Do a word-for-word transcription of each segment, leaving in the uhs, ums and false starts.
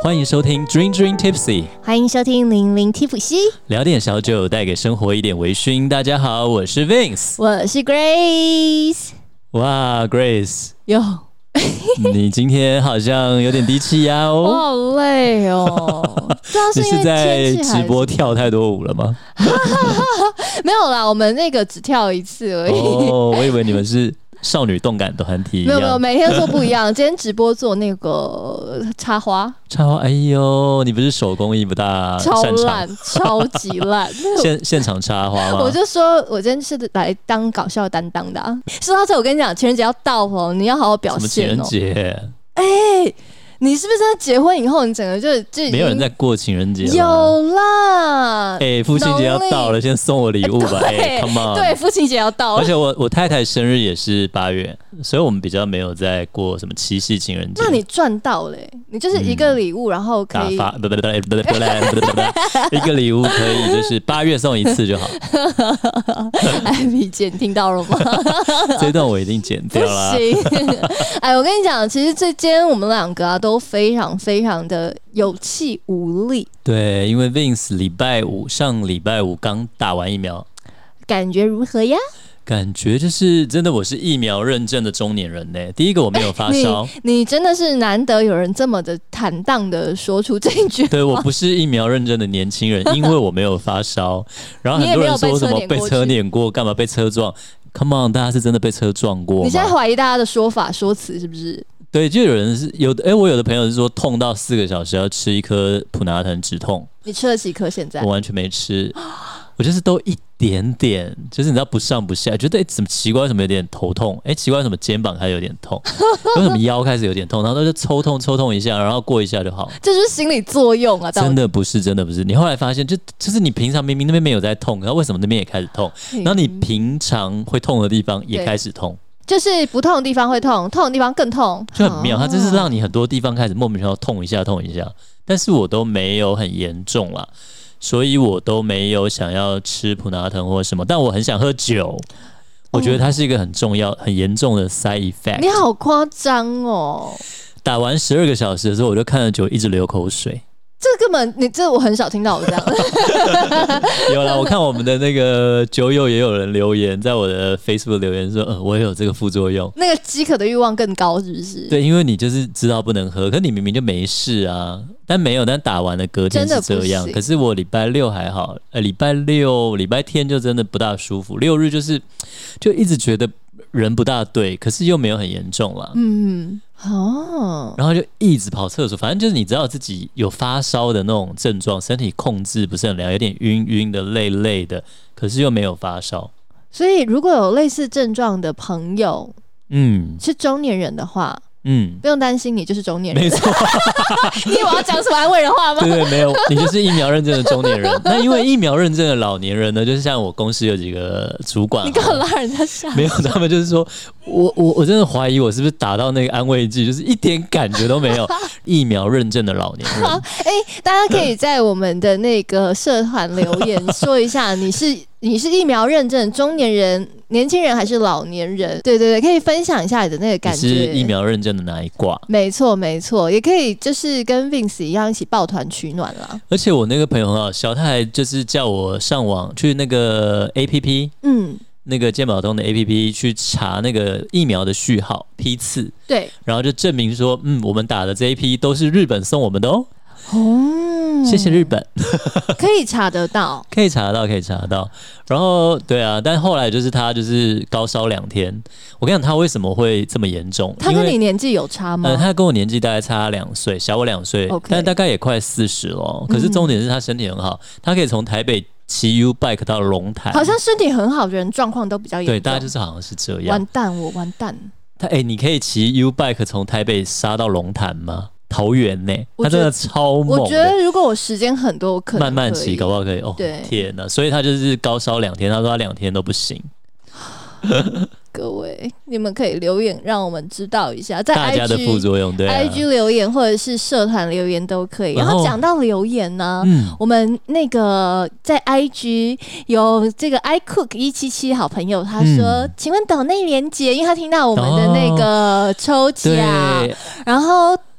欢迎收听 Dream Dream Tipsy， 欢迎收听零零 T 普西， 聊点小酒，带给生活一点微醺。大家好，我是 Vince， 我是 Grace。 哇 ，Grace， 哟， 你今天好像有点低气压哦， 我好累哦。 你是在直播跳太多舞了吗？ 没有啦，我们那个只跳一次而已。 哦，我以为你们是少女动感团体一样。 没有没有，每天做不一样。今天直播做那个插花， 插花，哎呦，你不是手工艺不大擅长， 超烂，超级烂。 现现场插花吗？ 我就说，我今天是来当搞笑担当的、啊。说到这，我跟你讲，情人节要到哦，你要好好表现哦。 什么情人节？ 哎、欸，你是不是真的结婚以后，你整个就就没有人在过情人节？ 有啦， 哎、欸，父亲节要到了，先送我礼物吧。哎、欸、，Come on， 对，父亲节要到了， 而且我我太太生日也是八月，所以我们比较没有在过什么七夕情人节。 那你赚到了、欸，你就是一个礼物，嗯、然后可以打发，不不不不不不一个礼物可以就是八月送一次就好。 I P 剪听到了吗？ 这段我一定剪掉啦。 不行，哎，我跟你讲，其实这今天我们两个啊都非常非常的有气无力。 对，因为 Vince 礼拜五上礼拜五刚打完疫苗， 感觉如何呀？ 感觉就是真的，我是疫苗认证的中年人呢。第一个我没有发烧， 你, 你真的是难得有人这么的坦荡的说出这一句话。 对，我不是疫苗认证的年轻人，因为我没有发烧。然后很多人说什么被车碾过，干嘛被车撞 ？Come on， 大家是真的被车撞过吗？ 你现在怀疑大家的说法说辞是不是？ 对，就有人是有的，哎、欸，我有的朋友是说痛到四个小时要吃一颗普拿疼止痛。 你吃了几颗？现在我完全没吃，我就是都一点点，就是你知道不上不下，觉得哎、欸、怎么奇怪，为什么有点头痛？哎、欸，奇怪为什么肩膀开始有点痛？为什么腰开始有点痛？然后就抽痛抽痛一下，然后过一下就好。 这就是心理作用啊！ 真的不是，真的不是。你后来发现，就就是你平常明明那边没有在痛，然后为什么那边也开始痛？然后你平常会痛的地方也开始痛。 就是不痛的地方会痛，痛的地方更痛， 就很妙。它真是让你很多地方开始莫名其妙痛一下，痛一下。但是我都没有很严重啦，所以我都没有想要吃普拿疼或什么。但我很想喝酒，我觉得它是一个很重要、很严重的 side effect。 你好夸张哦！ 打完十二个小时的时候，我就看着酒一直流口水。 这根本你这我很少听到我这样。 有啦，我看我们的那个酒友也有人留言，在我的 Facebook 留言说，呃，我也有这个副作用。 那个饥渴的欲望更高，是不是？ 对，因为你就是知道不能喝，可是你明明就没事啊，但没有，但打完了隔天是这样。可是我礼拜六还好，呃，礼拜六、礼拜天就真的不大舒服，六日就是就一直觉得人不大对，可是又没有很严重啦。嗯。哦，然后就一直跑厕所，反正就是你知道自己有发烧的那种症状，身体控制不是很良，有点晕晕的、累累的，可是又没有发烧。 所以如果有类似症状的朋友，嗯，是中年人的话，嗯，不用担心，你就是中年人。 没错， 你以为我要讲什么安慰人话吗？ 对对，没有，你就是疫苗认证的中年人。那因为疫苗认证的老年人呢，就是像我公司有几个主管， 你干嘛拉人家下？ 没有，他们就是说我我我真的怀疑我是不是打到那个安慰剂，就是一点感觉都没有。疫苗认证的老年人， 哎、欸，大家可以在我们的那个社团留言说一下，你是你是疫苗认证中年人、年轻人还是老年人？对对对，可以分享一下你的那个感觉。 你是疫苗认证的哪一挂？ 没错没错，也可以就是跟 Vince 一样一起抱团取暖啦。 而且我那个朋友很好笑，他还就是叫我上网去那个 A P P， 嗯。那个健保通的 A P P 去查那个疫苗的序号批次， 对， 然后就证明说，嗯，我们打的这一批都是日本送我们的哦。哦，谢谢日本， 可以查得到， 可以查得到，可以查得到。然后，对啊，但后来就是他就是高烧两天。我跟你讲，他为什么会这么严重？ 他跟你年纪有差吗？ 嗯，他跟我年纪大概差两岁，小我两岁， okay. 但大概也快四十了。可是重点是他身体很好，他可以从台北骑 U bike 到龙潭， 好像身体很好的人状况都比较严重。 对，大家就是好像是这样。 完蛋，我完蛋。 他哎、欸，你可以骑 U bike 从台北杀到龙潭吗？桃园呢、欸，他真的超猛的。 我觉得如果我时间很多，我可能慢慢骑，搞不好可以。哦，天哪！所以他就是高烧两天，他说他两天都不行。 各位，你们可以留言让我们知道一下，在 I G, 大家的副作用，对、啊、 I G 留言或者是社团留言都可以。然后讲到留言呢，嗯、我们那个在 I G 有这个 iCook 一七七好朋友，他说：“嗯、请问抖内连结，因为他听到我们的那个抽奖，然后。”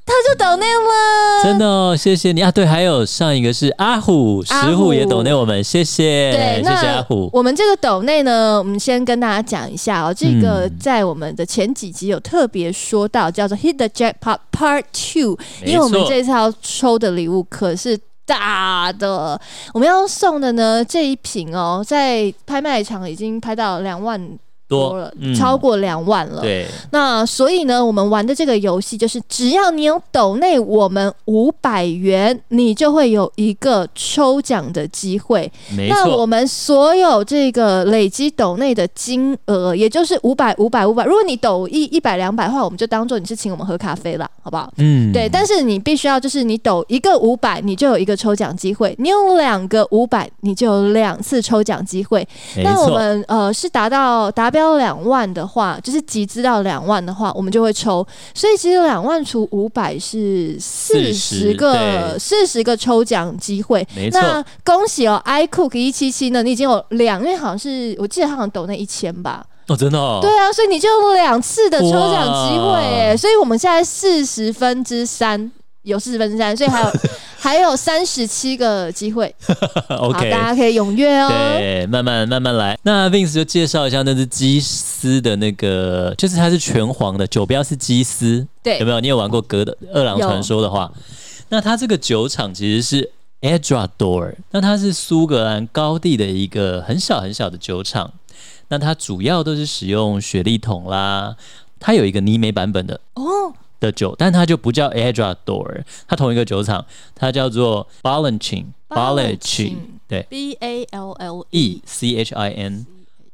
他就抖内了， 真的哦，谢谢你啊！对，还有上一个是阿虎，石虎也抖内我们，谢谢， 对， 谢谢阿虎。 我们这个抖内呢，我们先跟大家讲一下哦，这个在我们的前几集有特别说到，叫做 Hit the Jackpot Part Two， 因为我们这次要抽的礼物可是大的，我们要送的呢这一瓶哦，在拍卖场已经拍到两万。多了，嗯、超过两万了。 对， 那所以呢，我们玩的这个游戏就是，只要你有抖内我们五百元，你就会有一个抽奖的机会。 没错， 那我们所有这个累积抖内的金额，也就是五百、五百、五百。如果你抖一一百、两百的话，我们就当做你是请我们喝咖啡啦，好不好？嗯，对。但是你必须要就是你抖一个五百，你就有一个抽奖机会；你有两个五百，你就有两次抽奖机会。那我们呃是达到达标两万的话，就是集资到两万的话，我们就会抽。所以其实两万除五百是四十个四十个抽奖机会。 没错。 那恭喜哦 ，iCook 一七七呢，你已经有两，因为好像是我记得他好像抖那一千吧。 哦，真的哦。 对啊，所以你就有两次的抽奖机会耶。所以我们现在四十分之三。有四十分之三，所以还有还有三十七个机会。OK， 大家可以踊跃哦。 对，慢慢慢慢来。那 Vince 就介绍一下那只鸡丝的那个，就是它是全黄的，酒标是鸡丝。 对， 有没有？你有玩过格的《饿狼传说》的话，那它这个酒厂其实是 Edradour， 那它是苏格兰高地的一个很小很小的酒厂。那它主要都是使用雪莉桶啦，它有一个泥煤版本的哦。的酒，但它就不叫 Edradour， 它同一个酒厂，它叫做 Ballanchine， Ballanchine， 对 ，B A L L E C H I N，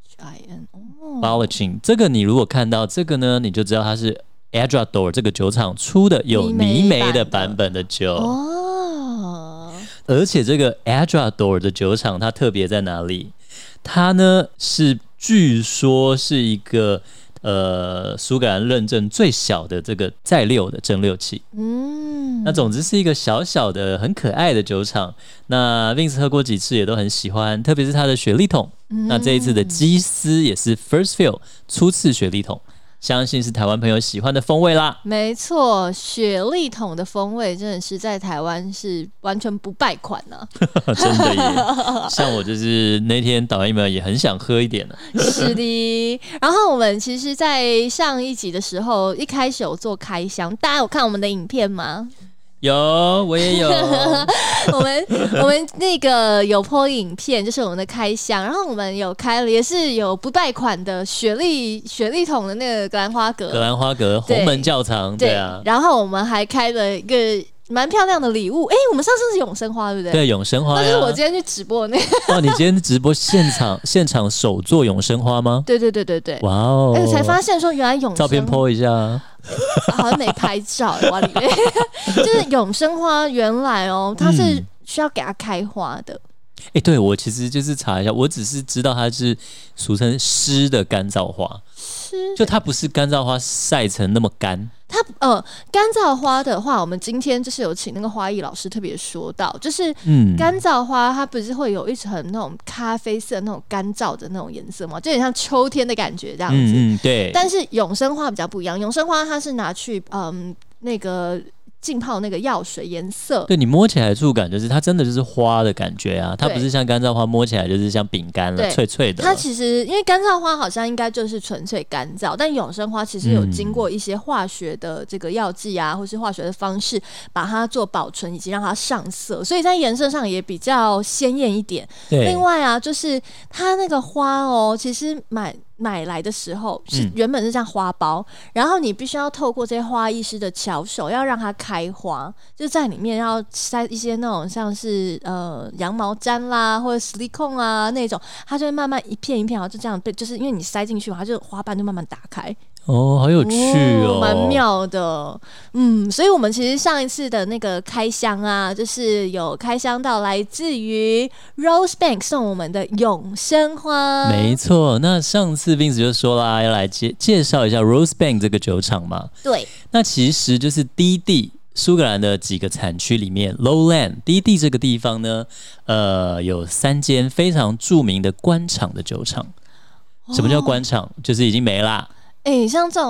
Ballanchine， 这个你如果看到这个呢，你就知道它是 Edradour 这个酒厂出的有泥煤的版本的酒哦。而且这个 Edradour 的酒厂它特别在哪里？它呢是据说是一个。呃，苏格兰认证最小的这个再六的蒸馏器，嗯，那总之是一个小小的、很可爱的酒厂。那 Vince 喝过几次也都很喜欢，特别是它的雪莉桶。嗯、那这一次的鸡丝也是 First Fill 初次雪莉桶。相信是台湾朋友喜欢的风味啦。 没错，雪莉桶的风味真的是在台湾是完全不败款呢、 啊。真的耶，像我就是那天导演们也很想喝一点呢、啊。 是的，然后我们其实，在上一集的时候，一开始有做开箱，大家有看我们的影片吗？ 有，我也有。 我们我们那个有 po 影片，就是我们的开箱，然后我们有开了，也是有不败款的雪莉雪莉桶的那个格兰花格， 格兰花格鸿门窖藏，对啊。 然后我们还开了一个蛮漂亮的礼物，哎，我们上次是永生花，对不对？ 对，永生花、啊。 那就是我今天去直播的那个。 哦，你今天直播现场现场手做永生花吗？ 对对对对对。 哇哦！ 哎，才发现说原来永生照片 po 一下、啊。 好像没拍照，哇里面就是永生花，原来哦，它是需要给它开花的。 哎、欸，对我其实就是查一下，我只是知道它是俗称湿的干燥花，湿就它不是干燥花晒成那么干。 它呃，干燥花的话，我们今天就是有请那个花艺老师特别说到，就是嗯，干燥花它不是会有一层那种咖啡色那种干燥的那种颜色吗？就有点像秋天的感觉这样子。 嗯，对。 但是永生花比较不一样，永生花它是拿去嗯那个。浸泡那个药水颜色， 对你摸起来的触感就是它真的就是花的感觉啊，它不是像干燥花摸起来就是像饼干了脆脆的了。 它其实因为干燥花好像应该就是纯粹干燥，但永生花其实有经过一些化学的这个药剂啊，或是化学的方式把它做保存以及让它上色，所以在颜色上也比较鲜艳一点。另外啊，就是它那个花哦，其实买。买来的时候是原本是像花包、嗯，然后你必须要透过这些花艺师的巧手，要让它开花，就在里面要塞一些那种像是呃羊毛毡啦，或者 silicone 啊那种，它就会慢慢一片一片，然后就这样被，就是因为你塞进去，它就花瓣就慢慢打开。 哦，好有趣哦， 蛮、哦、妙的，嗯，所以我们其实上一次的那个开箱啊，就是有开箱到来自于 Rosebank 送我们的永生花， 没错。那上次 Vince 就说啦，要来介介绍一下 Rosebank 这个酒厂嘛， 对， 那其实就是低地。苏格兰的几个产区里面 ，Lowland 低地这个地方呢，呃，有三间非常著名的官场的酒厂。什么叫官场？哦、就是已经没啦。 哎、欸，像这种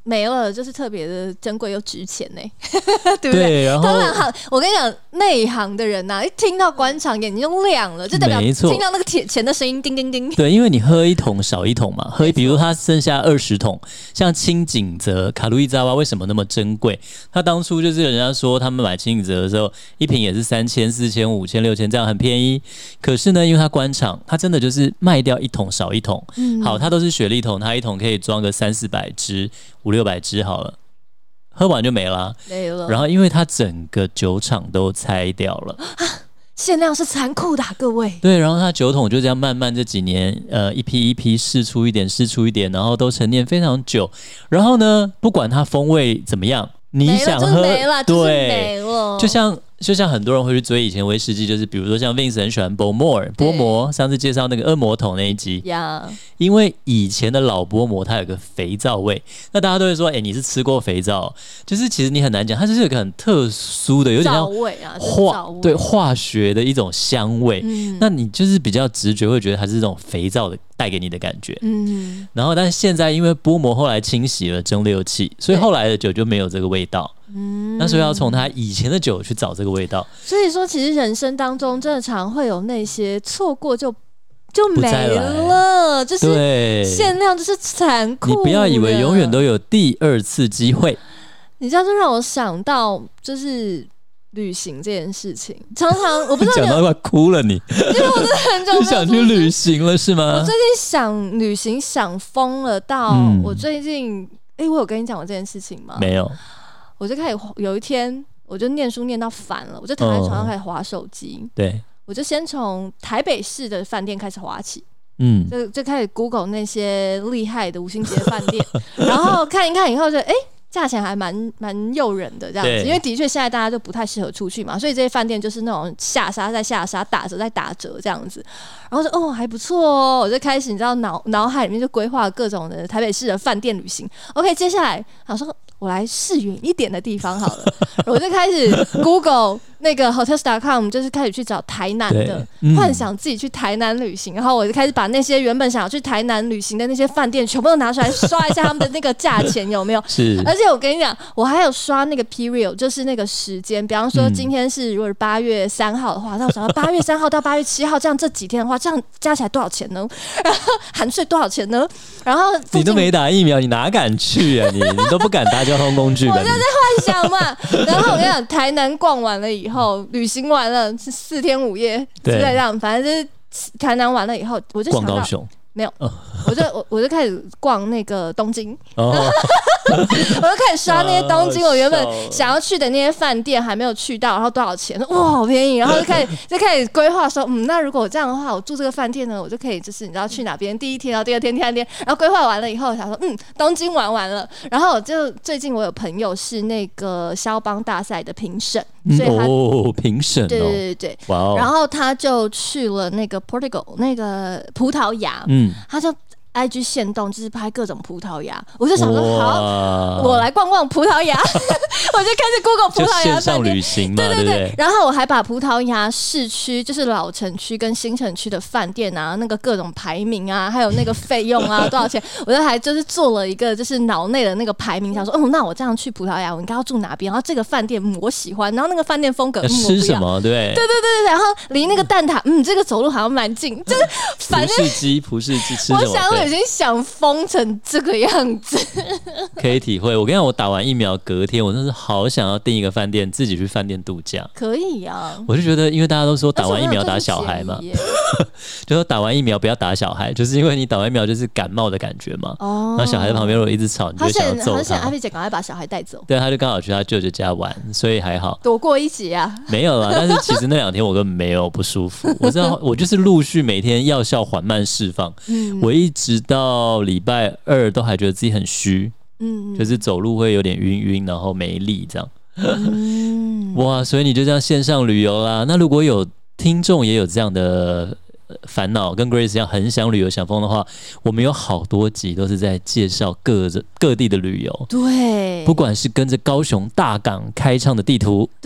没了，就是特别的珍贵又值钱呢，对不对？ 对，然后通常行，我跟你讲，内行的人呐、啊，一听到官场眼睛就亮了，就代表听到那个钱的声音，叮叮叮。 对，因为你喝一桶少一桶嘛，喝，比如他剩下二十桶，像清景泽卡路伊扎瓦为什么那么珍贵？他当初就是人家说他们买清景泽的时候，一瓶也是三千、四千、五千、六千这样很便宜，可是呢，因为他官场，他真的就是卖掉一桶少一桶。嗯、好，他都是雪莉桶，他一桶可以装个三四百支、五六百支好了。喝完就没了、啊， 没了。 然后因为它整个酒厂都拆掉了， 限量是残酷的、啊，各位。 对，然后它酒桶就这样慢慢这几年，呃，一批一批试出一点，试出一点，然后都陈年非常久。然后呢，不管它风味怎么样，你想喝， 没了，就是没了， 对，就像。就像很多人会去追以前威士忌，就是比如说像 Vince 很喜欢 Bowmore 波摩，上次介绍那个恶魔桶那一集， yeah. 因为以前的老波摩它有个肥皂味，那大家都会说，哎、欸，你是吃过肥皂？就是其实你很难讲，它就是有个很特殊的，有点像味啊， 化对化学的一种香味、嗯，那你就是比较直觉会觉得它是这种肥皂的带给你的感觉，嗯，然后但是现在因为波摩后来清洗了蒸馏器，所以后来的酒就没有这个味道。嗯，那所以要从他以前的酒去找这个味道。 所以说，其实人生当中真的常会有那些错过就就没了，就是限量，就是残酷。 你不要以为永远都有第二次机会。 你这样就让我想到，就是旅行这件事情，常常我不知道讲到快哭了你， 因为我真的很久没有想去旅行了是吗？ 我最近想旅行想疯了，到、嗯、我最近，哎、欸，我有跟你讲过这件事情吗？ 没有。 我就开始有一天，我就念书念到烦了，我就躺在床上开始滑手机、哦。对，我就先从台北市的饭店开始滑起，嗯，就就开始 Google 那些厉害的五星级的饭店，然后看一看以后就哎。欸价钱还蛮蛮诱人的这样子，因为的确现在大家都不太适合出去嘛，所以这些饭店就是那种下杀再下杀，打折再打折这样子。然后说哦还不错哦，我就开始你知道脑脑海里面就规划各种的台北市的饭店旅行。OK， 接下来想说我来试远一点的地方好了，我就开始 Google 那个 hotels dot com， 就是开始去找台南的，嗯、幻想自己去台南旅行。然后我就开始把那些原本想要去台南旅行的那些饭店全部都拿出来刷一下他们的那个价钱有没有？是，而且我跟你讲，我还有刷那个 period， 就是那个时间。比方说今天是如果是八月三号的话，那我想到八月三号到八月七号这样这几天的话，这样加起来多少钱呢？然后含税多少钱呢？然后你都没打疫苗，你哪敢去啊？你你都不敢搭交通工具吧？ 我就在幻想嘛。然后我跟你讲，台南逛完了以后，旅行完了是四天五夜，就这样，反正就是台南完了以后，我就想到逛高雄。 没有，哦、我就我我就开始逛那个东京，哦、我就开始刷那些东京我原本想要去的那些饭店还没有去到，然后多少钱？哇，好便宜！然后就开始就开始规划说，嗯，那如果这样的话，我住这个饭店呢，我就可以就是你知道去哪边？第一天，然后第二天，第三天，然后规划完了以后，想说，嗯，东京玩完了，然后我就最近我有朋友是那个肖邦大赛的评审。所以他哦，评审哦， 对对对对，哇哦！然后他就去了那个 Portugal， 那个葡萄牙，嗯，他就 I G 限动，就是拍各种葡萄牙。我就想说，好，我来逛逛葡萄牙，我就开始 Google 葡萄牙线上旅行嘛， 对对对, 对, 对。然后我还把葡萄牙市区，就是老城区跟新城区的饭店啊，那个各种排名啊，还有那个费用啊，多少钱，我就还就是做了一个就是脑内的那个排名，想说，哦，那我这样去葡萄牙，我应该要住哪边？然后这个饭店、嗯、我喜欢，然后那个饭店风格，嗯， 吃什么？对， 对对对，然后离那个蛋挞，嗯，这个走路好像蛮近，就是反正葡式鸡，葡式鸡吃什么？ 我想我已经想疯成这个样子， 可以体会。我跟你讲，我打完疫苗隔天，我真是好想要订一个饭店，自己去饭店度假。 可以啊， 我就觉得，因为大家都说打完疫苗打小孩嘛，就说打完疫苗不要打小孩，就是因为你打完疫苗就是感冒的感觉嘛。哦，然后小孩在旁边如果一直吵，你就想要揍他。 好想阿菲姐赶快把小孩带走。 对，他就刚好去他舅舅家玩，所以还好躲过一劫啊。 没有啦，但是其实那两天我根本没有不舒服，我知道我就是陆续每天药效缓慢释放，嗯，我一直到礼拜二都还觉得自己很虚，嗯，就是走路会有点晕晕，然后没力这样。嗯、哇，所以你就这样线上旅游啦。那如果有听众也有这样的烦恼，跟 Grace 一样很想旅游想疯的话，我们有好多集都是在介绍各各地的旅游。 对， 不管是跟着高雄大港开唱的地图， 对，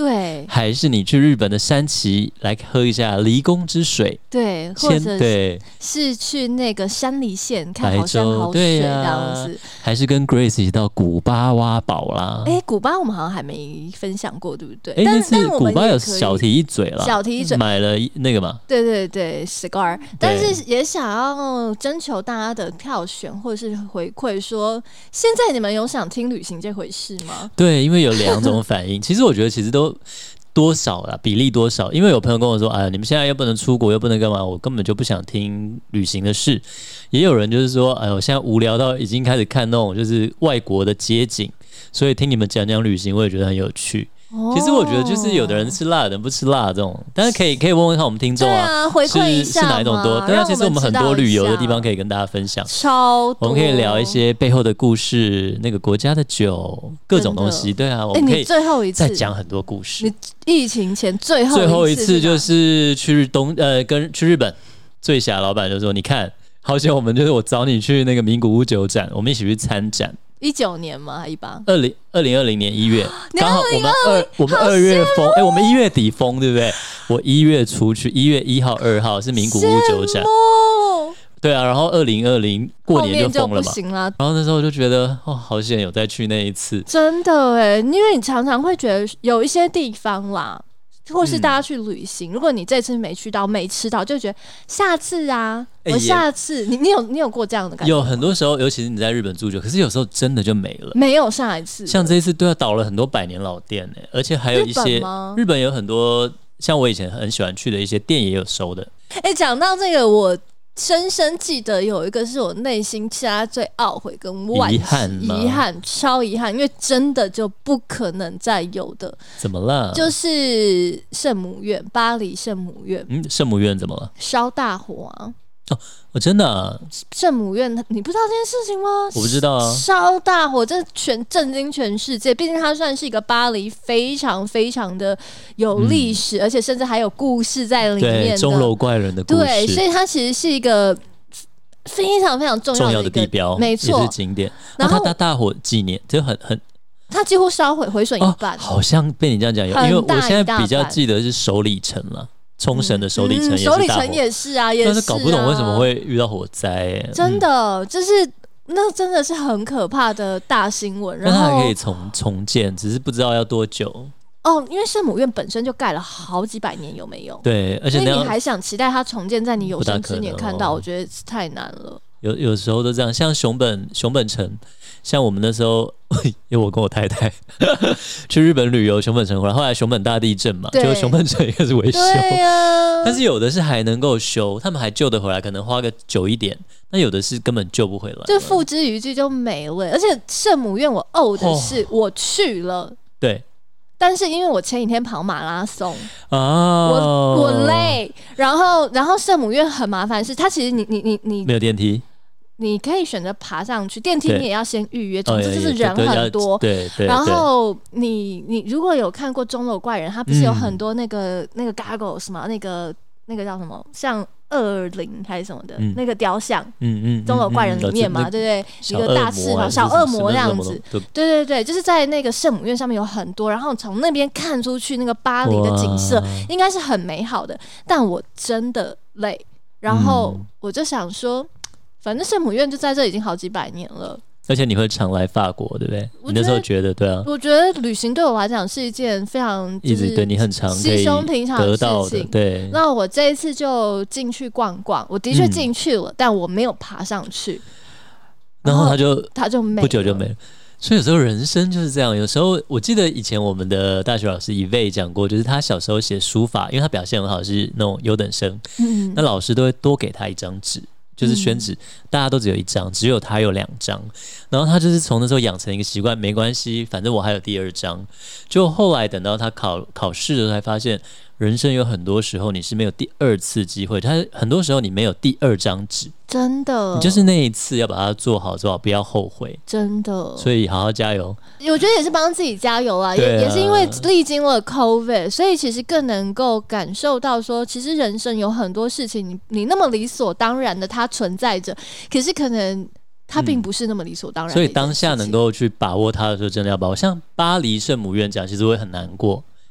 还是你去日本的山崎来喝一下离宫之水， 对，或者是去那个山梨县看好山好水这样子， 啊、还是跟 Grace 一起到古巴挖宝啦。 哎，古巴我们好像还没分享过，对不对？ 哎，那次古巴有小提一嘴了， 小提一嘴买了那个嘛， 对对对 ，cigar， 但是也想要征求大家的票选或者是回馈说，现在你们有想听旅行这回事吗？ 对，因为有两种反应，其实我觉得其实都多少啦，比例多少，因为有朋友跟我说，哎，你们现在又不能出国，又不能干嘛，我根本就不想听旅行的事。也有人就是说，哎，我现在无聊到已经开始看那种就是外国的街景，所以听你们讲讲旅行，我也觉得很有趣。其实我觉得就是有的人吃辣，有的人不吃辣这种，但是可以可以问问看我们听众啊， 对啊，回馈一下是是哪一种多？对啊，其实我们很多旅游的地方可以跟大家分享， 超多， 我们可以聊一些背后的故事，那个国家的酒，各种东西。对啊，我们可以最后一次再讲很多故事。 你疫情前最后最后一次就是去东呃跟去日本，醉侠老板就说：“你看，好险我们就是我找你去那个名古屋酒展，我们一起去参展。” 一九年吗？还一八？ 二零二零二零年一月，刚好我们二我们二月封，哎、欸，我们一月底封，对不对？我一月出去，一月一号、二号是名古屋酒展，对啊，然后二零二零过年就封了嘛，然后那时候就觉得哦，好险有再去那一次， 真的哎，因为你常常会觉得有一些地方啦。或是大家去旅行、嗯，如果你这次没去到、没吃到，就觉得下次啊，欸、我下次你你有你有过这样的感觉？ 有很多时候，尤其是你在日本住久，可是有时候真的就没了， 没有下一次。 像这一次，对啊，倒了很多百年老店呢、欸，而且还有一些 日 本, 日本有很多，像我以前很喜欢去的一些店也有收的。 哎、欸，讲到这个，我深深记得有一个是我内心其他最懊悔跟惋惜、 遗憾吗？ 遗憾，超遗憾，因为真的就不可能再有的。 怎么了？ 就是圣母院，巴黎圣母院。 嗯，圣母院怎么了？ 烧大火啊！ 哦，我真的、啊、 圣母院，你不知道这件事情吗？ 我不知道啊！ 烧大火，这全震惊全世界。毕竟它算是一个巴黎非常非常的有历史、嗯，而且甚至还有故事在里面的。 对，钟楼怪人的故事。 对，所以它其实是一个非常非常重要的, 重要的地标， 没错， 也是景点。然后它大大火几年，就很很。 它几乎烧毁，毁损一半、哦。 好像被你这样讲，因为我现在比较记得是首里城了。冲绳的首里城也是大火， 首里城也是啊，也是啊。 但是搞不懂为什么会遇到火灾、欸， 真的、嗯、就是那真的是很可怕的大新闻。然后它还可以重重建，只是不知道要多久。 哦，因为圣母院本身就盖了好几百年，有没有？ 对，而且那你还想期待它重建在你有生之年看到，我觉得太难了。 有有时候都这样，像熊本熊本城，像我们那时候，因为我跟我太太去日本旅游，熊本城回来，后来熊本大地震嘛，就熊本城也开始维修， 对啊， 但是有的是还能够修，他们还救得回来，可能花个久一点，那有的是根本救不回来， 就付之一炬就没了。而且圣母院我呕的是、哦、我去了， 对。 但是因为我前几天跑马拉松啊， 我我累，然后然后圣母院很麻烦，是它其实你你你你没有电梯， 你可以选择爬上去，电梯你也要先预约，总之就是人很多。 对 对, 对。 然后你你如果有看过钟楼怪人，他不是有很多那个、嗯、那个 gargoyles 嘛，那个那个叫什么，像恶灵还是什么的、嗯、那个雕像，嗯嗯，钟楼怪人里面嘛，嗯嗯、对不对？一个大翅膀小恶魔那样子，对对对，就是在那个圣母院上面有很多，然后从那边看出去那个巴黎的景色应该是很美好的，但我真的累，然后我就想说。反正圣母院就在这已经好几百年了， 而且你会常来法国，对不对？你那时候觉得对啊？ 我觉得旅行对我来讲是一件非常一直对你很常稀松平常的事情。 对， 那我这一次就进去逛逛，我的确进去了、嗯，但我没有爬上去， 然后他就他就没不久就没了。所以有时候人生就是这样，有时候我记得以前我们的大学老师一位讲过，就是他小时候写书法，因为他表现很好，是那种优等生，嗯，那老师都会多给他一张纸。就是宣纸、嗯，大家都只有一张，只有他有两张，然后他就是从那时候养成一个习惯，没关系，反正我还有第二张。就后来等到他考考试的时候，才发现人生有很多时候你是没有第二次机会，他很多时候你没有第二张纸， 真的， 你就是那一次要把它做好做好，不要后悔， 真的。所以好好加油。 我觉得也是帮自己加油啊，也也是因为历经了 COVID， 所以其实更能够感受到说，其实人生有很多事情你，你你那么理所当然的它存在着，可是可能它并不是那么理所当然的、嗯。所以当下能够去把握它的时候，真的要把握。像巴黎圣母院这样，其实会很难过。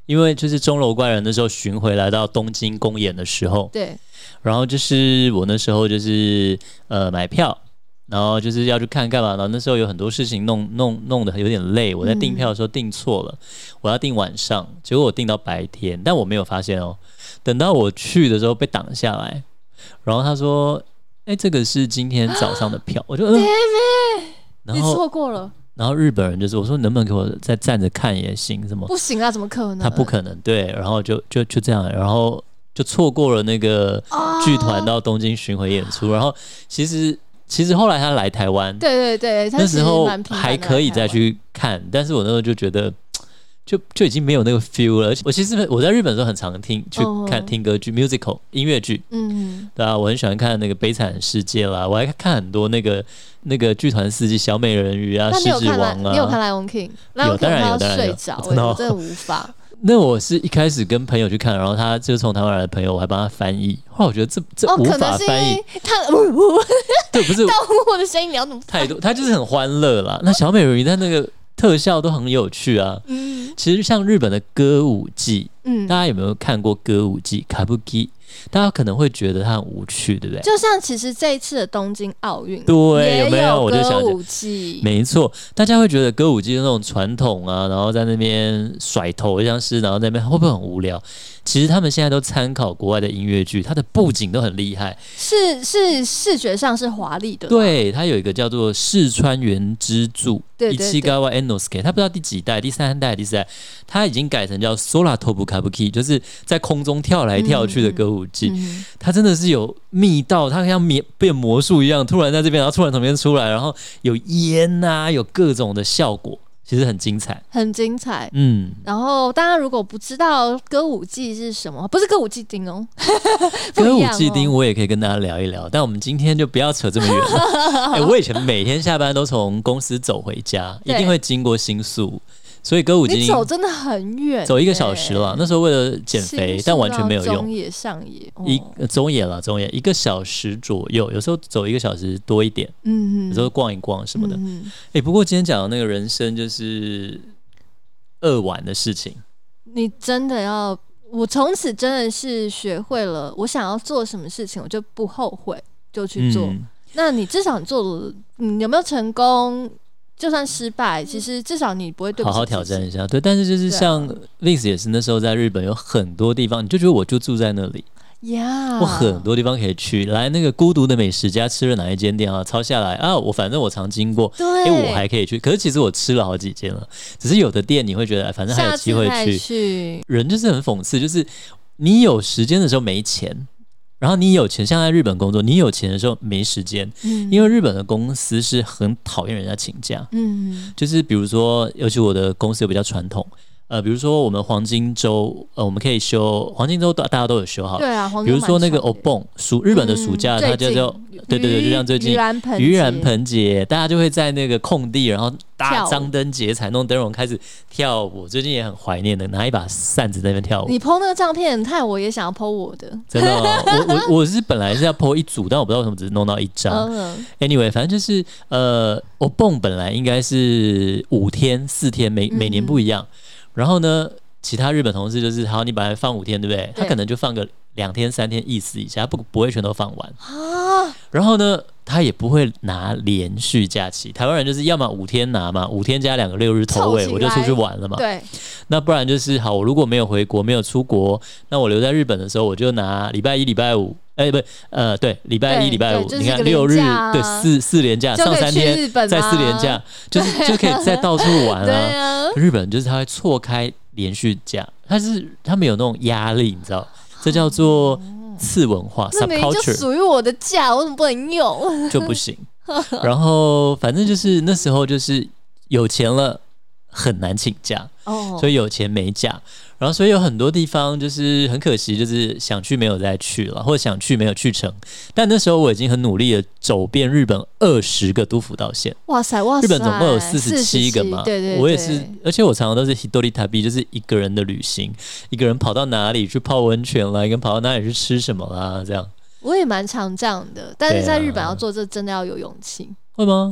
因为就是钟楼怪人那时候巡回来到东京公演的时候， 对， 然后就是我那时候就是呃买票，然后就是要去看干嘛，然后那时候有很多事情弄弄弄得有点累，我在订票的时候订错了，嗯、我要订晚上，结果我订到白天，但我没有发现哦，等到我去的时候被挡下来，然后他说：“哎，这个是今天早上的票。”我就，呃、然后你错过了。 然后日本人就是我说能不能给我再站着看也行，什么不行啊，怎么可能？ 他不可能，对，然后就就就这样，然后就错过了那个剧团到东京巡回演出，哦、然后其实其实后来他来台湾， 对对对， 那时候还可以再去看，但是我那时候就觉得。就就已经没有那个 feel 了。我其实我在日本的时候很常听去看、oh. 听歌剧 musical 音乐剧，嗯，对啊，我很喜欢看那个《悲惨世界》啦，我还看很多那个那个剧团四季小美人鱼啊、狮子王啊。 你有看《Lion King》？ 有，当然有，当然有。 睡着，我真的无法。 那我是一开始跟朋友去看，然后他就从台湾来的朋友，我还帮他翻译。后来我觉得这这无法翻译， 他对，不是动物的声音，你要怎么太多？他就是很欢乐啦。那小美人鱼他那个特效都很有趣啊。嗯。其实像日本的歌舞伎，嗯，大家有没有看过歌舞伎 Kabuki？ 大家可能会觉得它很无趣，对不对？ 就像其实这一次的东京奥运， 对，有没有？我就想歌舞伎， 没错，大家会觉得歌舞伎那种传统啊，然后在那边甩头像是，然后在那边会不会很无聊？其实他们现在都参考国外的音乐剧，它的布景都很厉害， 是是视觉上是华丽的。 对，它有一个叫做四川原之助，一七高瓦 Enosuke， 他不知道第几代，第三代、第四代，他已经改成叫 Sora Tobu Kabuki， 就是在空中跳来跳去的歌舞伎。嗯、它真的是有密道，它像变魔术一样，突然在这边，然后突然从那边出来，然后有烟啊，有各种的效果。其实很精彩， 很精彩。嗯，然后大家如果不知道歌舞伎是什么，不是歌舞伎町哦， 歌舞伎町我也可以跟大家聊一聊，但我们今天就不要扯这么远了。欸、我以前每天下班都从公司走回家，一定会经过新宿。所以歌舞伎你走真的很远， 走一个小时了。那时候为了减肥，但完全没有用。 中野上野，哦、 一中野了，中野一个小时左右，有时候走一个小时多一点。嗯，有时候逛一逛什么的。哎、嗯欸，不过今天讲的那个人生就是扼腕的事情，你真的要，我从此真的是学会了，我想要做什么事情，我就不后悔，就去做。嗯、那你至少你做了，你有没有成功？就算失败，其实至少你不会对不起自己，好好挑战一下。对，但是就是像 Vince 也是那时候在日本有很多地方，你就觉得我就住在那里呀， yeah. 我很多地方可以去。来那个孤独的美食家吃了哪一间店啊？抄下来啊，我反正我常经过，哎、欸，我还可以去。可是其实我吃了好几间了，只是有的店你会觉得反正还有机会去。 去人就是很讽刺，就是你有时间的时候没钱。然后你有钱，像在日本工作，你有钱的时候没时间，嗯、因为日本的公司是很讨厌人家请假，嗯，就是比如说，尤其我的公司又比较传统，呃，比如说我们黄金周，呃，我们可以休黄金周，大家都有休好， 对啊， 比如说那个 Obon 暑日本的暑假，嗯、它叫做对对对，就像最近盂兰盆节，大家就会在那个空地，然后大张灯结彩，弄灯笼开始跳舞。最近也很怀念的，拿一把扇子在那边跳舞。 你 po 那个照片，害我也想要 po 我的。 真的、哦，我我我是本来是要 po 一组，但我不知道为什么只是弄到一张。嗯、anyway， 反正就是呃 ，Obon 本来应该是五天四天，每每年不一样。嗯、然后呢，其他日本同事就是好，你本来放五天，对不对？他可能就放个两天三天，意思一下，不不会全都放完啊。然后呢，他也不会拿连续假期。台湾人就是要么五天拿嘛，五天加两个六日头尾，我就出去玩了嘛。 对。 那不然就是好，我如果没有回国，没有出国，那我留在日本的时候，我就拿礼拜一、礼拜五，哎、欸，不，呃，对，礼拜一、礼拜五， 就是、 你看六日，对，四四连假，上三天，再四连假，就是就可以再到处玩啊。 对啊。 日本就是他会错开连续假，他是他们有那种压力，你知道，这叫做次文化 subculture。那明明就属于我的假，我怎么不能用？ 就不行。然后反正就是那时候就是有钱了。很难请假，哦，所以有钱没假，然后所以有很多地方就是很可惜，就是想去没有再去了，或者想去没有去成。但那时候我已经很努力的走遍日本二十个都府道县， 哇塞哇塞， 日本总共有四十七个嘛， 对对对， 我也是，而且我常常都是 Hidori Tabi， 就是一个人的旅行，一个人跑到哪里去泡温泉啦，一个人跑到哪里去吃什么啦，这样。 我也蛮常这样的，但是在日本要做这真的要有勇气， 会吗？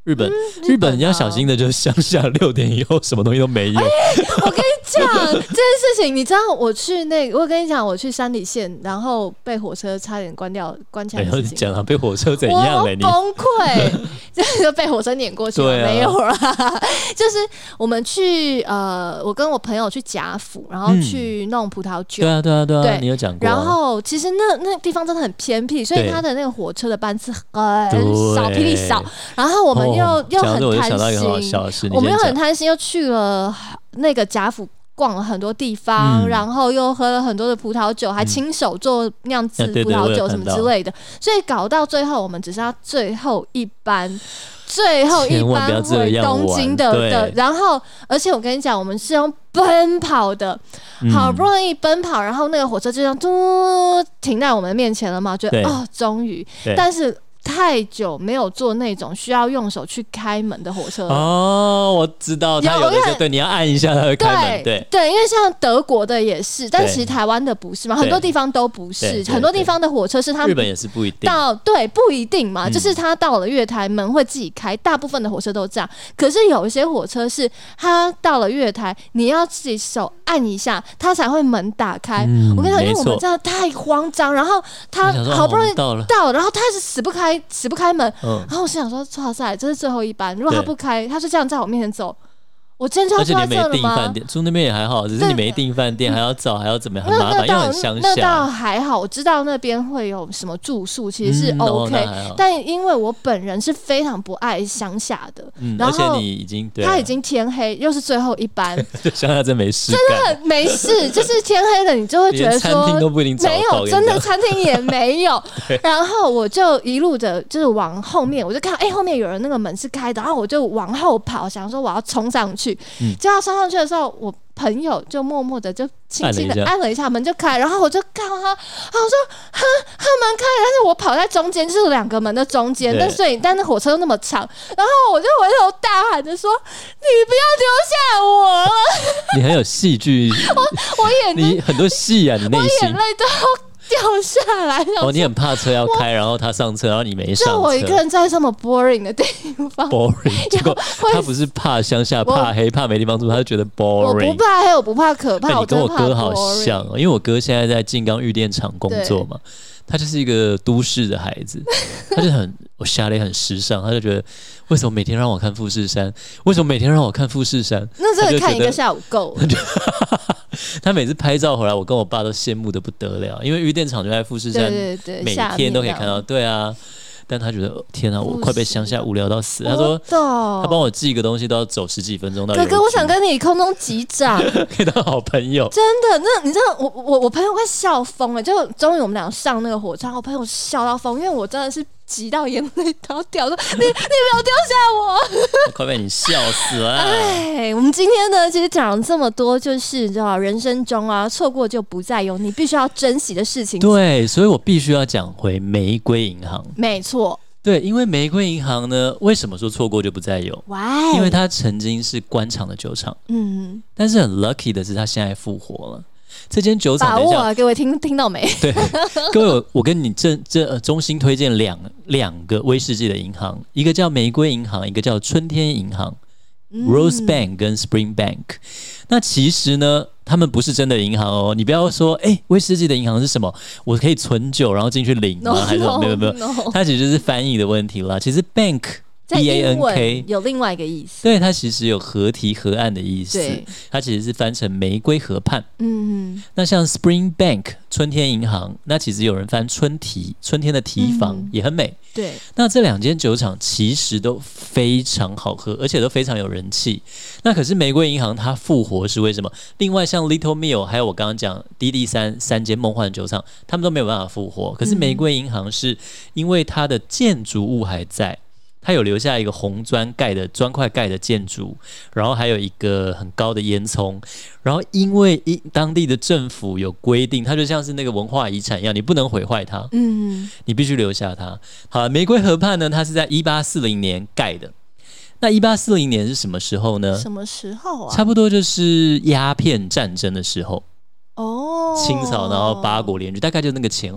日本、 嗯、 日本你要小心的就是乡下六点以后什么东西都没有。 欸、我跟你讲这件事情，你知道我去那个，我跟你讲我去山里县，然后被火车差点关掉关起来的事情。 你讲啊，被火车怎样嘞？ 我崩溃，就被火车碾过去了，啊、没有啦。就是我们去呃，我跟我朋友去甲府，然后去弄葡萄酒。 嗯、对啊，对啊，对啊，对你有讲过、啊。 然后其实那那地方真的很偏僻，所以它的那个火车的班次很少，霹雳少。然后我们又、哦、又很贪心，我们又很贪心，又去了那个甲府。逛了很多地方、嗯，然后又喝了很多的葡萄酒，嗯、还亲手做酿制葡萄酒什么之类的，所以搞到最后，我们只剩下最后一班，最后一班回东京的的。然后，而且我跟你讲，我们是用奔跑的，嗯、好不容易奔跑，然后那个火车就这样嘟停在我们面前了嘛，觉得哦，终于，但是。太久没有坐那种需要用手去开门的火车了哦，我知道，它有的时候对你要按一下它会开门，对对, 对，因为像德国的也是，但其实台湾的不是嘛，很多地方都不是，很多地方的火车是他们日本也是不一定到对不一定嘛、嗯，就是它到了月台门会自己开，大部分的火车都这样，可是有一些火车是它到了月台你要自己手按一下它才会门打开、嗯、我跟你讲，因为我们真的太慌张，然后它好不容易到了，到然后它是死不开死不开门、嗯、然后我心想说哇塞，这是最后一班，如果他不开他就这样在我面前走，我今天就要坐在这了吗？而且你没订饭店， 住那边也还好，只是你没订饭店还要找还要怎么样，很麻烦，因为很乡下。 那倒还好，我知道那边会有什么住宿，其实是 OK、嗯哦、但因为我本人是非常不爱乡下的、嗯、然后而且你已经对、啊、 他已经天黑又是最后一班乡下真没事干， 真的没事就是天黑了你就会觉得说连餐厅都不一定找到， 没有，真的餐厅也没有然后我就一路的就是往后面，我就看哎、欸、后面有人那个门是开的，然后我就往后跑，想说我要冲上去，嗯，就要冲上去的时候，我朋友就默默的就轻轻的按了一下门就开，然后我就看到他，然后我说哈哈门开了，但是我跑在中间，就是两个门的中间，但所以但是火车那么长，然后我就回头大喊着说：“你不要丢下我了！” 你很有戏剧， 我我眼泪你很多戏啊，你内心我眼泪都要掉下来。 哦，你很怕车要开，然后他上车，然后你没上车。 就我一个人在这么 boring 的地方 ，boring。结果他不是怕乡下、怕黑、怕没地方住，他就觉得 boring。 我不怕黑，我不怕可怕。 你跟我哥好像、哦，因为我哥现在在静冈玉电厂工作嘛，他就是一个都市的孩子，他就很我下雷很时尚，他就觉得为什么每天让我看富士山？为什么每天让我看富士山？ 那真的看一个下午够了。 他每次拍照回来，我跟我爸都羡慕的不得了，因为玉电厂就在富士山， 对对对， 每天都可以看到。对啊，但他觉得天啊，我快被乡下无聊到死。他说他帮我寄一个东西都要走十几分钟到。 哥哥，我想跟你空中击掌， 可以当好朋友。 真的，那你知道我我我朋友快笑疯了，就终于我们俩上那个火车，我朋友笑到疯，因为我真的是。急到眼泪都要掉，说你你不要丢下我， 我快被你笑死了。 哎，我们今天呢，其实讲了这么多，就是你知道，人生中啊，错过就不再有，你必须要珍惜的事情。 对，所以我必须要讲回玫瑰银行。 没错， 对，因为玫瑰银行呢，为什么说错过就不再有？ Why？ 因为它曾经是官场的酒厂，嗯，但是很 lucky 的是，它现在复活了。这间酒厂， 把握啊，各位听听到没？ 对，各位，我我跟你这这、呃、衷心推荐两两个威士忌的银行，一个叫玫瑰银行，一个叫春天银行、嗯、，Rose Bank 跟 Spring Bank。那其实呢，他们不是真的银行哦，你不要说，哎、欸，威士忌的银行是什么？我可以存酒然后进去领吗？ No, 还是没有没有， no. 它其实就是翻译的问题啦。其实 Bank。 在英文有另外一个意思， 对，它其实有河堤河岸的意思，它其实是翻成玫瑰河畔。嗯，那像 Spring Bank 春天银行，那其实有人翻春堤，春天的堤防、嗯、也很美。 对， 那这两间酒厂其实都非常好喝，而且都非常有人气。那可是玫瑰银行它复活是为什么？另外像 Little Mill 还有我刚刚讲 D D 三三间梦幻酒厂，他们都没有办法复活。可是玫瑰银行是因为它的建筑物还在。它有留下一个红砖盖的砖块盖的建筑，然后还有一个很高的烟囱，然后因为当地的政府有规定，它就像是那个文化遗产一样，你不能毁坏它，嗯，你必须留下它。好，玫瑰河畔呢，它是在一八四零年盖的。那一八四零年是什么时候呢？ 什么时候啊？ 差不多就是鸦片战争的时候。哦，清朝然后八国联军，大概就那个前后。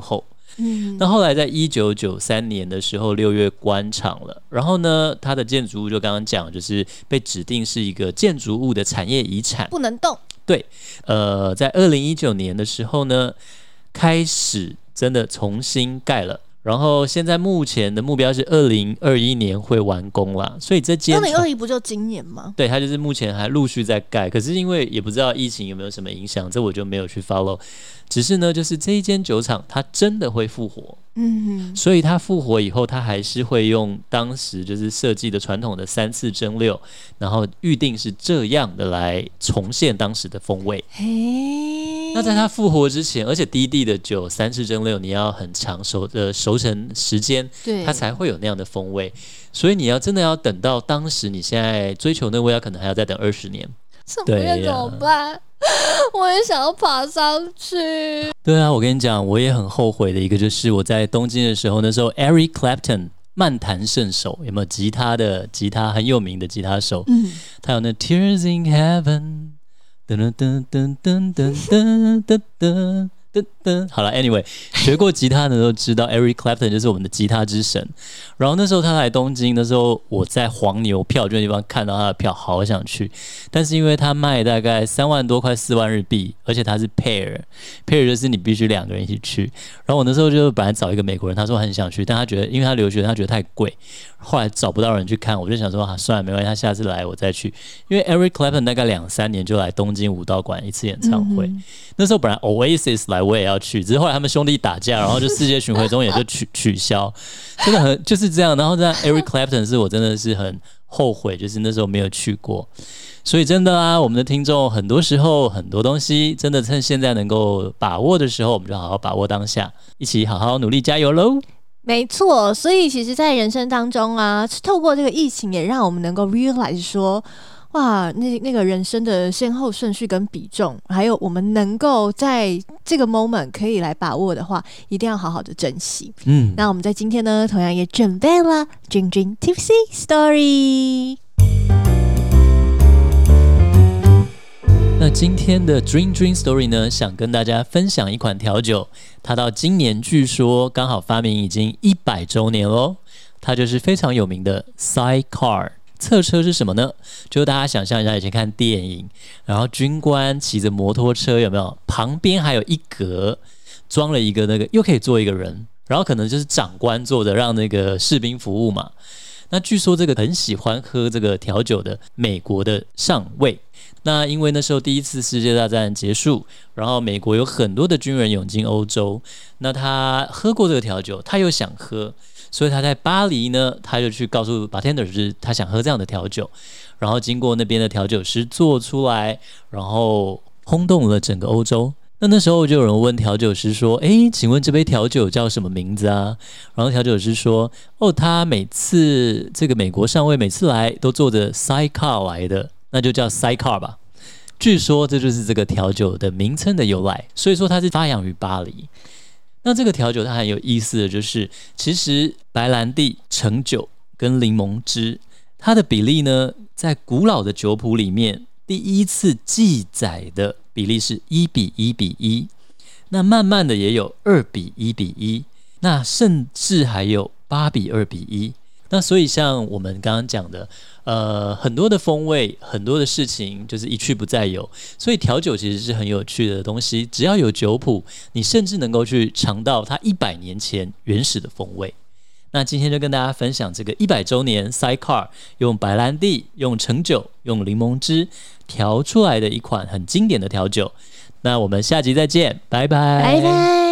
嗯，那后来在一九九三年的时候六月关厂了，然后呢它的建筑物就刚刚讲就是被指定是一个建筑物的产业遗产， 不能动。 对，呃，在二零一九年的时候呢开始真的重新盖了，然后现在目前的目标是二零二一年会完工啦，所以这间二零二一不就今年吗？ 对，它就是目前还陆续在盖，可是因为也不知道疫情有没有什么影响，这我就没有去 follow。只是呢，就是这一间酒厂它真的会复活，嗯，所以它复活以后，它还是会用当时就是设计的传统的三次蒸馏，然后预定是这样的来重现当时的风味。嘿，那在它复活之前，而且低地的酒三次蒸馏，你要很长熟的熟成时间，对，它才会有那样的风味。所以你要真的要等到当时你现在追求那味道，可能还要再等二十年。 怎么样？怎么办？我也想要爬上去。 对啊，我跟你讲，我也很后悔的一个就是我在东京的时候，那时候 Eric Clapton 漫弹圣手，有没有吉他的吉他很有名的吉他手？嗯，他有那 Tears in Heaven， 噔噔噔噔噔噔噔噔。噔噔，好了 ，Anyway， 学过吉他的都知道 Eric Clapton 就是我们的吉他之神。然后那时候他来东京的时候，我在黄牛票这个地方看到他的票，好想去。但是因为他卖大概三万多块四万日币，而且他是 pair，pair 就是你必须两个人一起去。然后我那时候就本来找一个美国人，他说很想去，但他觉得因为他留学，他觉得太贵。后来找不到人去看，我就想说啊，算了，没关系，他下次来我再去。因为 Eric Clapton 大概两三年就来东京武道馆一次演唱会，嗯、那时候本来 Oasis 来我也要去，只是后来他们兄弟打架，然后就世界巡回中也就取取消，真的很就是这样。然后这样 Eric Clapton 是我真的是很后悔，就是那时候没有去过。所以真的啊，我们的听众很多时候很多东西真的趁现在能够把握的时候，我们就好好把握当下，一起好好努力加油喽。 没错，所以其实在人生当中啊，透过这个疫情也让我们能够 realize 说，哇，那那个人生的先后顺序跟比重，还有我们能够在这个 moment 可以来把握的话，一定要好好的珍惜。嗯，那我们在今天呢，同样也准备了 Drink Drink Tipsy Story。 那今天的 Dream Dream Story 呢，想跟大家分享一款调酒，它到今年据说刚好发明已经一百周年咯，它就是非常有名的 Sidecar。侧车是什么呢？就大家想象一下，以前看电影，然后军官骑着摩托车，有没有？旁边还有一格装了一个那个，又可以坐一个人，然后可能就是长官坐着，让那个士兵服务嘛。那据说这个很喜欢喝这个调酒的美国的上尉，那因为那时候第一次世界大战结束，然后美国有很多的军人涌进欧洲，那他喝过这个调酒，他又想喝，所以他在巴黎呢，他就去告诉 bartender 是他想喝这样的调酒，然后经过那边的调酒师做出来，然后轰动了整个欧洲。那那时候就有人问调酒师说，诶，请问这杯调酒叫什么名字啊？然后调酒师说，哦，他每次这个美国上尉每次来都坐着 sidecar 来的，那就叫 sidecar 吧。据说这就是这个调酒的名称的由来，所以说它是发扬于巴黎。那这个调酒它很有意思的就是，其实白兰地、橙酒跟柠檬汁，它的比例呢，在古老的酒谱里面，第一次记载的比例是一比一比一，那慢慢的也有二比一比一，那甚至还有八比二比一。那所以像我们刚刚讲的，呃，很多的风味，很多的事情就是一去不再有。所以调酒其实是很有趣的东西，只要有酒谱，你甚至能够去尝到它一百年前原始的风味。那今天就跟大家分享这个一百周年 Sidecar 用白兰地、用橙酒、用柠檬汁调出来的一款很经典的调酒。那我们下集再见，拜拜， 拜拜。